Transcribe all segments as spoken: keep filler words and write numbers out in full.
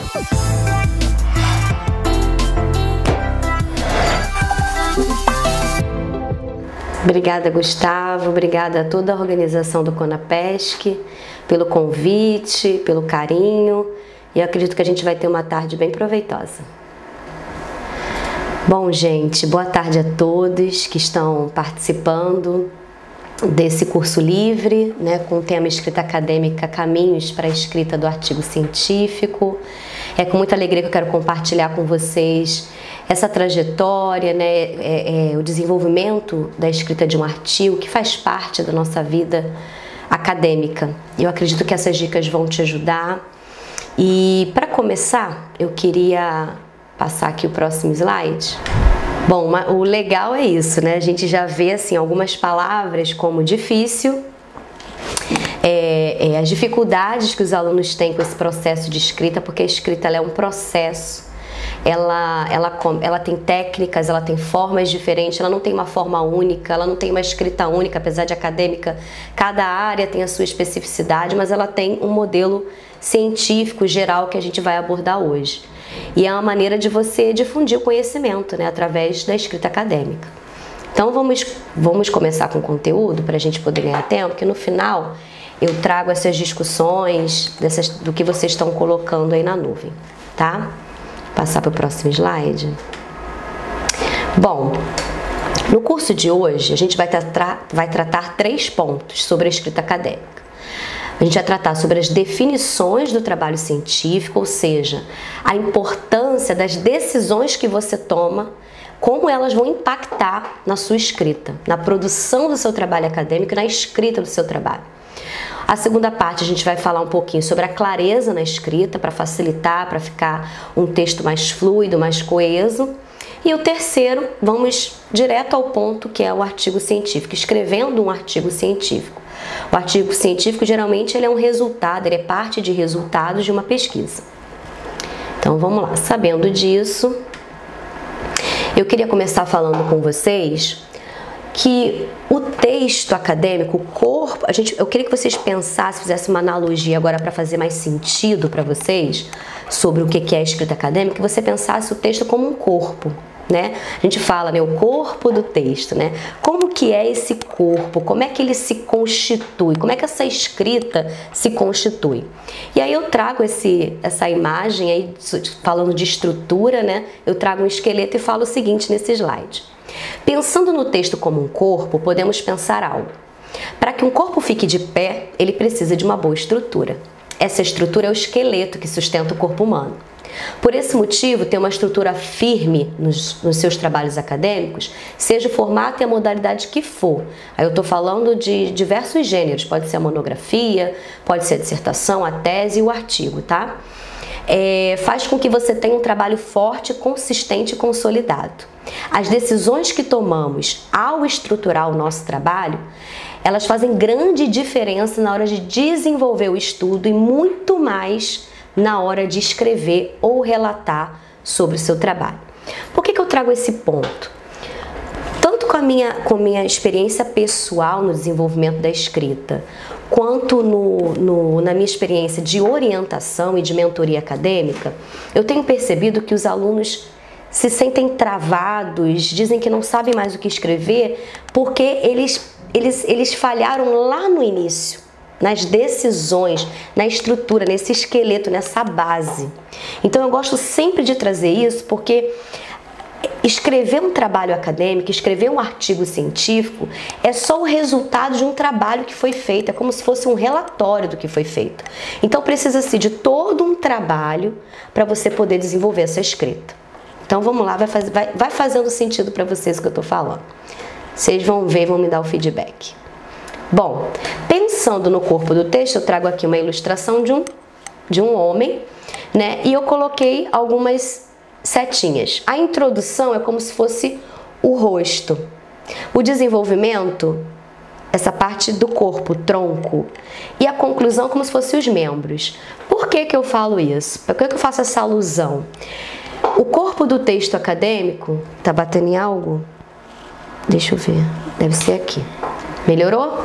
Obrigada, Gustavo, obrigada a toda a organização do CONAPESC pelo convite, pelo carinho, e eu acredito que a gente vai ter uma tarde bem proveitosa. Bom, gente, boa tarde a todos que estão participando desse curso livre, né, com o tema Escrita Acadêmica, Caminhos para a Escrita do Artigo Científico. É com muita alegria que eu quero compartilhar com vocês essa trajetória, né, é, é, o desenvolvimento da escrita de um artigo que faz parte da nossa vida acadêmica. Eu acredito que essas dicas vão te ajudar. E para começar, eu queria passar aqui o próximo slide. Bom, o legal é isso, né? A gente já vê assim algumas palavras como difícil, é, é, as dificuldades que os alunos têm com esse processo de escrita, porque a escrita ela é um processo. Ela, ela, ela tem técnicas, ela tem formas diferentes, ela não tem uma forma única, ela não tem uma escrita única, apesar de acadêmica, cada área tem a sua especificidade, mas ela tem um modelo científico geral que a gente vai abordar hoje. E é uma maneira de você difundir o conhecimento, né, através da escrita acadêmica. Então vamos, vamos começar com o conteúdo para a gente poder ganhar tempo, porque no final eu trago essas discussões dessas, do que vocês estão colocando aí na nuvem, tá? Passar para o próximo slide. Bom, no curso de hoje a gente vai, tra vai tratar três pontos sobre a escrita acadêmica. A gente vai tratar sobre as definições do trabalho científico, ou seja, a importância das decisões que você toma, como elas vão impactar na sua escrita, na produção do seu trabalho acadêmico e na escrita do seu trabalho. A segunda parte a gente vai falar um pouquinho sobre a clareza na escrita, para facilitar, para ficar um texto mais fluido, mais coeso. E o terceiro, vamos direto ao ponto, que é o artigo científico, escrevendo um artigo científico. O artigo científico, geralmente, ele é um resultado, ele é parte de resultados de uma pesquisa. Então, vamos lá. Sabendo disso, eu queria começar falando com vocês que o texto acadêmico, o corpo, a gente, eu queria que vocês pensassem, fizessem uma analogia agora para fazer mais sentido para vocês sobre o que é a escrita acadêmica, que você pensasse o texto como um corpo, né? A gente fala, né, o corpo do texto, né? Como que é esse corpo? Como é que ele se constitui? Como é que essa escrita se constitui? E aí eu trago esse, essa imagem aí, falando de estrutura, né? Eu trago um esqueleto e falo o seguinte nesse slide. Pensando no texto como um corpo, podemos pensar algo. Para que um corpo fique de pé, ele precisa de uma boa estrutura. Essa estrutura é o esqueleto que sustenta o corpo humano. Por esse motivo, ter uma estrutura firme nos, nos seus trabalhos acadêmicos, seja o formato e a modalidade que for. Aí eu estou falando de diversos gêneros, pode ser a monografia, pode ser a dissertação, a tese e o artigo, tá? É, faz com que você tenha um trabalho forte, consistente e consolidado. As decisões que tomamos ao estruturar o nosso trabalho, elas fazem grande diferença na hora de desenvolver o estudo e muito mais na hora de escrever ou relatar sobre o seu trabalho. Por que que eu trago esse ponto? Tanto com a minha, com a minha experiência pessoal no desenvolvimento da escrita, quanto no, no, na minha experiência de orientação e de mentoria acadêmica, eu tenho percebido que os alunos se sentem travados, dizem que não sabem mais o que escrever, porque eles, eles, eles falharam lá no início, nas decisões, na estrutura, nesse esqueleto, nessa base. Então eu gosto sempre de trazer isso, porque escrever um trabalho acadêmico, escrever um artigo científico é só o resultado de um trabalho que foi feito, é como se fosse um relatório do que foi feito. Então precisa-se de todo um trabalho para você poder desenvolver essa escrita. Então vamos lá, vai, faz, vai, vai fazendo sentido para vocês o que eu estou falando. Vocês vão ver e vão me dar o feedback. Bom, pensando no corpo do texto, eu trago aqui uma ilustração de um, de um homem, né? E eu coloquei algumas setinhas. A introdução é como se fosse o rosto. O desenvolvimento, essa parte do corpo, o tronco. E a conclusão como se fossem os membros. Por que que eu falo isso? Por que que eu faço essa alusão? O corpo do texto acadêmico, tá batendo em algo? Deixa eu ver, deve ser aqui. Melhorou?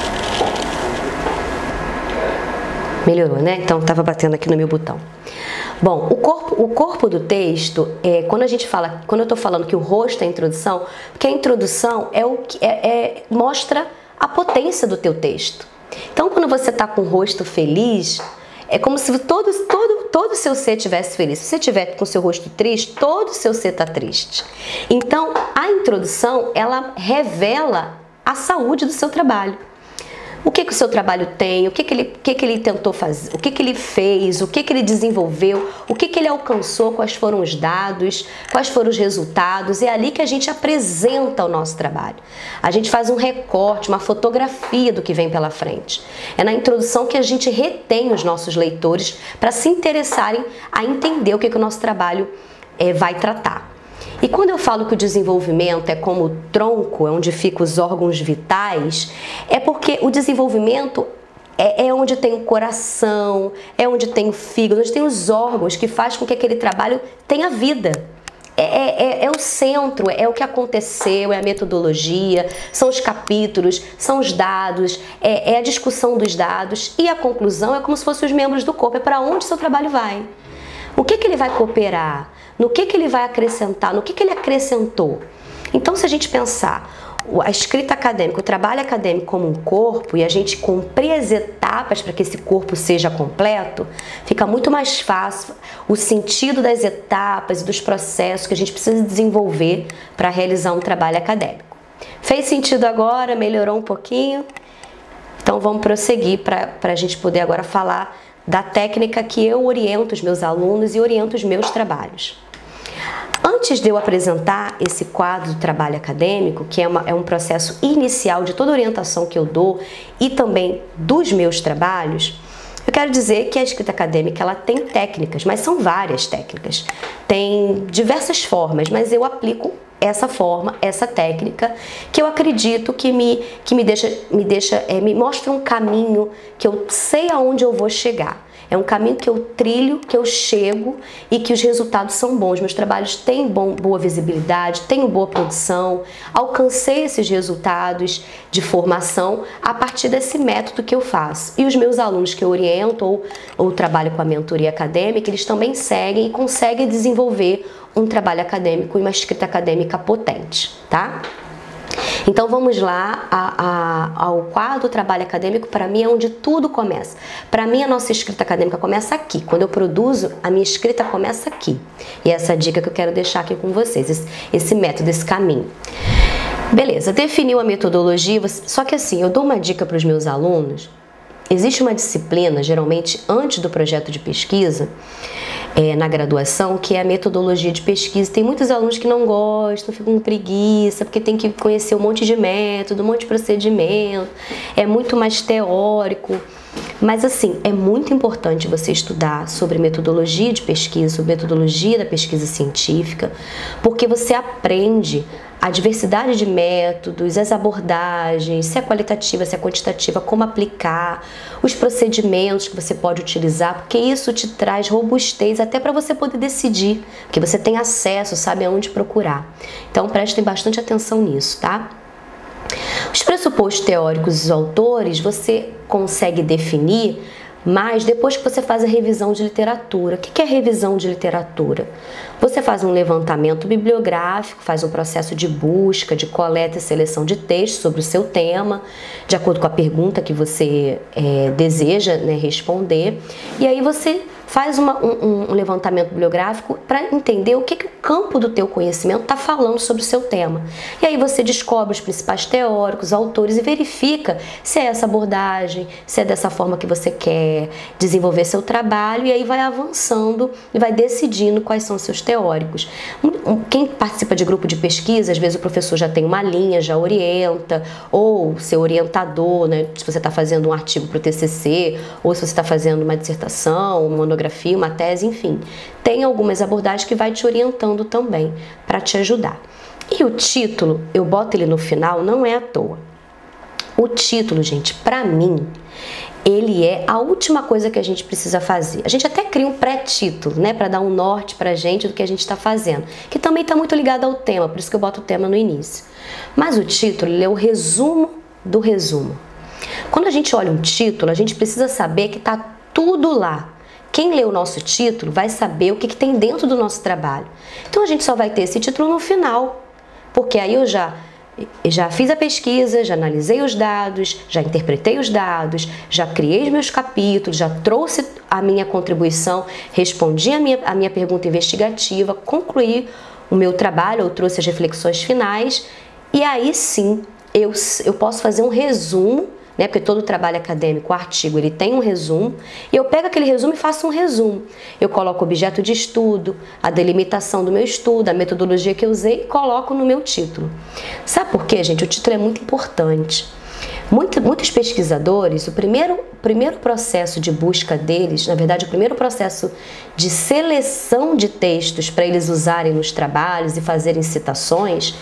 Melhorou, né? Então tava batendo aqui no meu botão. Bom, o corpo, o corpo do texto, é, quando a gente fala, quando eu estou falando que o rosto é a introdução, porque a introdução é o que é, é, mostra a potência do teu texto. Então, quando você está com o rosto feliz, é como se todo todo todo o seu ser tivesse feliz. Se você tiver com o seu rosto triste, todo o seu ser está triste. Então, a introdução, ela revela a saúde do seu trabalho. O que que o seu trabalho tem, o que que ele, o que que ele tentou fazer, o que que ele fez, o que que ele desenvolveu, o que que ele alcançou, quais foram os dados, quais foram os resultados. É ali que a gente apresenta o nosso trabalho. A gente faz um recorte, uma fotografia do que vem pela frente. É na introdução que a gente retém os nossos leitores para se interessarem a entender o que que o nosso trabalho é, vai tratar. E quando eu falo que o desenvolvimento é como o tronco, é onde ficam os órgãos vitais, é porque o desenvolvimento é, é onde tem o coração, é onde tem o fígado, onde tem os órgãos que faz com que aquele trabalho tenha vida. É, é, é o centro, é o que aconteceu, é a metodologia, são os capítulos, são os dados, é, é a discussão dos dados e a conclusão é como se fossem os membros do corpo, é para onde o seu trabalho vai. O que que ele vai cooperar? No que que ele vai acrescentar? No que que ele acrescentou? Então, se a gente pensar a escrita acadêmica, o trabalho acadêmico como um corpo e a gente cumprir as etapas para que esse corpo seja completo, fica muito mais fácil o sentido das etapas e dos processos que a gente precisa desenvolver para realizar um trabalho acadêmico. Fez sentido agora? Melhorou um pouquinho? Então, vamos prosseguir para a gente poder agora falar da técnica que eu oriento os meus alunos e oriento os meus trabalhos. Antes de eu apresentar esse quadro do trabalho acadêmico, que é, uma, é um processo inicial de toda a orientação que eu dou e também dos meus trabalhos, eu quero dizer que a escrita acadêmica ela tem técnicas, mas são várias técnicas. Tem diversas formas, mas eu aplico essa forma, essa técnica, que eu acredito que me, que me deixa, me, deixa é, me mostra um caminho que eu sei aonde eu vou chegar. É um caminho que eu trilho, que eu chego e que os resultados são bons. Meus trabalhos têm bom, boa visibilidade, tenho boa produção, alcancei esses resultados de formação a partir desse método que eu faço. E os meus alunos que eu oriento ou, ou trabalho com a mentoria acadêmica, eles também seguem e conseguem desenvolver um trabalho acadêmico e uma escrita acadêmica potente, tá? Então vamos lá a, a, ao quadro trabalho acadêmico. Para mim é onde tudo começa. Para mim a nossa escrita acadêmica começa aqui. Quando eu produzo, a minha escrita começa aqui. E essa é a dica que eu quero deixar aqui com vocês, esse, esse método, esse caminho. Beleza, definiu a metodologia, só que assim, eu dou uma dica para os meus alunos. Existe uma disciplina, geralmente antes do projeto de pesquisa, É, na graduação, que é a metodologia de pesquisa. Tem muitos alunos que não gostam, ficam com preguiça, porque tem que conhecer um monte de método, um monte de procedimento, é muito mais teórico. Mas assim, é muito importante você estudar sobre metodologia de pesquisa, sobre metodologia da pesquisa científica, porque você aprende a diversidade de métodos, as abordagens, se é qualitativa, se é quantitativa, como aplicar, os procedimentos que você pode utilizar, porque isso te traz robustez até para você poder decidir, porque você tem acesso, sabe aonde procurar. Então prestem bastante atenção nisso, tá? Os pressupostos teóricos dos autores você consegue definir, mas depois que você faz a revisão de literatura. O que é revisão de literatura? Você faz um levantamento bibliográfico, faz um processo de busca, de coleta e seleção de textos sobre o seu tema, de acordo com a pergunta que você é, deseja, né, responder, e aí você faz uma, um, um levantamento bibliográfico para entender o que, que o campo do teu conhecimento está falando sobre o seu tema. E aí você descobre os principais teóricos, autores e verifica se é essa abordagem, se é dessa forma que você quer desenvolver seu trabalho, e aí vai avançando e vai decidindo quais são os seus teóricos. Quem participa de grupo de pesquisa, às vezes o professor já tem uma linha, já orienta, ou seu orientador, né, se você está fazendo um artigo para o T C C, ou se você está fazendo uma dissertação, uma monografia, uma tese, enfim. Tem algumas abordagens que vai te orientando também para te ajudar. E o título, eu boto ele no final, não é à toa. O título, gente, para mim, ele é a última coisa que a gente precisa fazer. A gente até cria um pré-título, né, para dar um norte pra gente do que a gente está fazendo, que também está muito ligado ao tema, por isso que eu boto o tema no início. Mas o título, ele é o resumo do resumo. Quando a gente olha um título, a gente precisa saber que está tudo lá. quem lê o nosso título vai saber o que, que tem dentro do nosso trabalho. Então a gente só vai ter esse título no final, porque aí eu já, já fiz a pesquisa, já analisei os dados, já interpretei os dados, já criei os meus capítulos, já trouxe a minha contribuição, respondi a minha, a minha pergunta investigativa, concluí o meu trabalho, eu trouxe as reflexões finais, e aí sim eu, eu posso fazer um resumo, né? Porque todo trabalho acadêmico, o artigo, ele tem um resumo, e eu pego aquele resumo e faço um resumo. Eu coloco o objeto de estudo, a delimitação do meu estudo, a metodologia que eu usei e coloco no meu título. Sabe por quê, gente? O título é muito importante. Muito, muitos pesquisadores, o primeiro, primeiro processo de busca deles, na verdade o primeiro processo de seleção de textos para eles usarem nos trabalhos e fazerem citações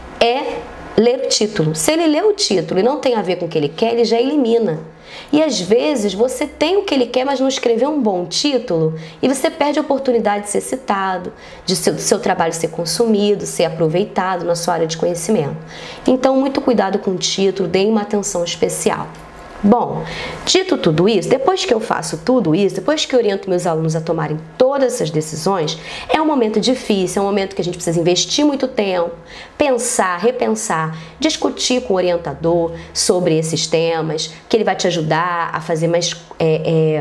é ler o título. Se ele lê o título e não tem a ver com o que ele quer, ele já elimina. E às vezes você tem o que ele quer, mas não escreveu um bom título e você perde a oportunidade de ser citado, de seu, seu trabalho ser consumido, ser aproveitado na sua área de conhecimento. Então, muito cuidado com o título, deem uma atenção especial. Bom, dito tudo isso, depois que eu faço tudo isso, depois que eu oriento meus alunos a tomarem todas essas decisões, é um momento difícil, é um momento que a gente precisa investir muito tempo, pensar, repensar, discutir com o orientador sobre esses temas, que ele vai te ajudar a fazer mais, é,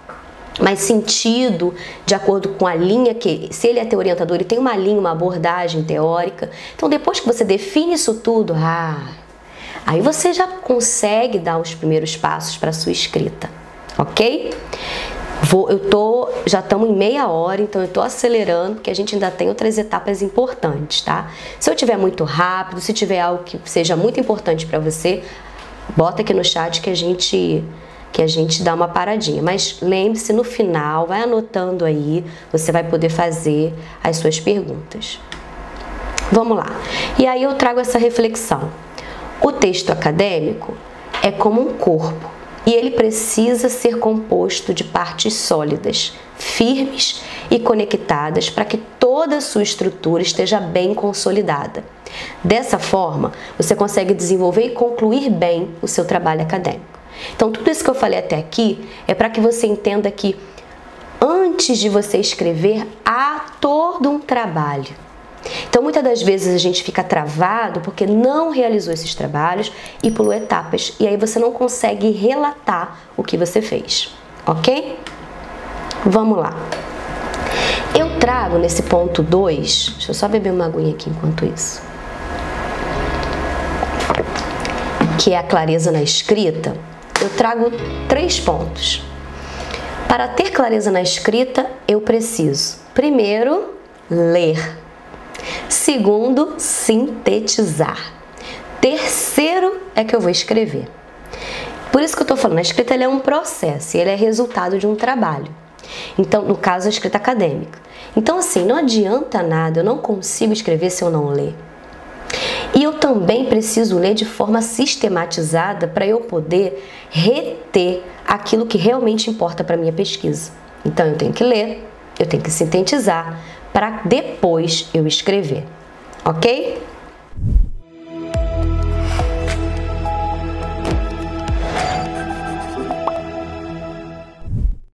é, mais sentido de acordo com a linha que, se ele é teu orientador, ele tem uma linha, uma abordagem teórica. Então, depois que você define isso tudo, ah... aí você já consegue dar os primeiros passos para a sua escrita, ok? Vou, eu tô, já estamos em meia hora, então eu estou acelerando, porque a gente ainda tem outras etapas importantes, tá? Se eu tiver muito rápido, se tiver algo que seja muito importante para você, bota aqui no chat que a gente, que a gente dá uma paradinha. Mas lembre-se, no final, vai anotando aí, você vai poder fazer as suas perguntas. Vamos lá. E aí eu trago essa reflexão. O texto acadêmico é como um corpo e ele precisa ser composto de partes sólidas, firmes e conectadas para que toda a sua estrutura esteja bem consolidada. Dessa forma, você consegue desenvolver e concluir bem o seu trabalho acadêmico. Então, tudo isso que eu falei até aqui é para que você entenda que antes de você escrever, há todo um trabalho. Então, muitas das vezes a gente fica travado porque não realizou esses trabalhos e pulou etapas. E aí você não consegue relatar o que você fez, ok? Vamos lá. Eu trago nesse ponto dois, deixa eu só beber uma aguinha aqui enquanto isso, que é a clareza na escrita. Eu trago três pontos. Para ter clareza na escrita, eu preciso, primeiro, ler. Segundo, sintetizar. Terceiro é que eu vou escrever. Por isso que eu estou falando, a escrita ela é um processo e ele é resultado de um trabalho. Então, no caso, a escrita acadêmica. Então, assim, não adianta nada, eu não consigo escrever se eu não ler. E eu também preciso ler de forma sistematizada para eu poder reter aquilo que realmente importa para a minha pesquisa. Então, eu tenho que ler, eu tenho que sintetizar, para depois eu escrever, ok?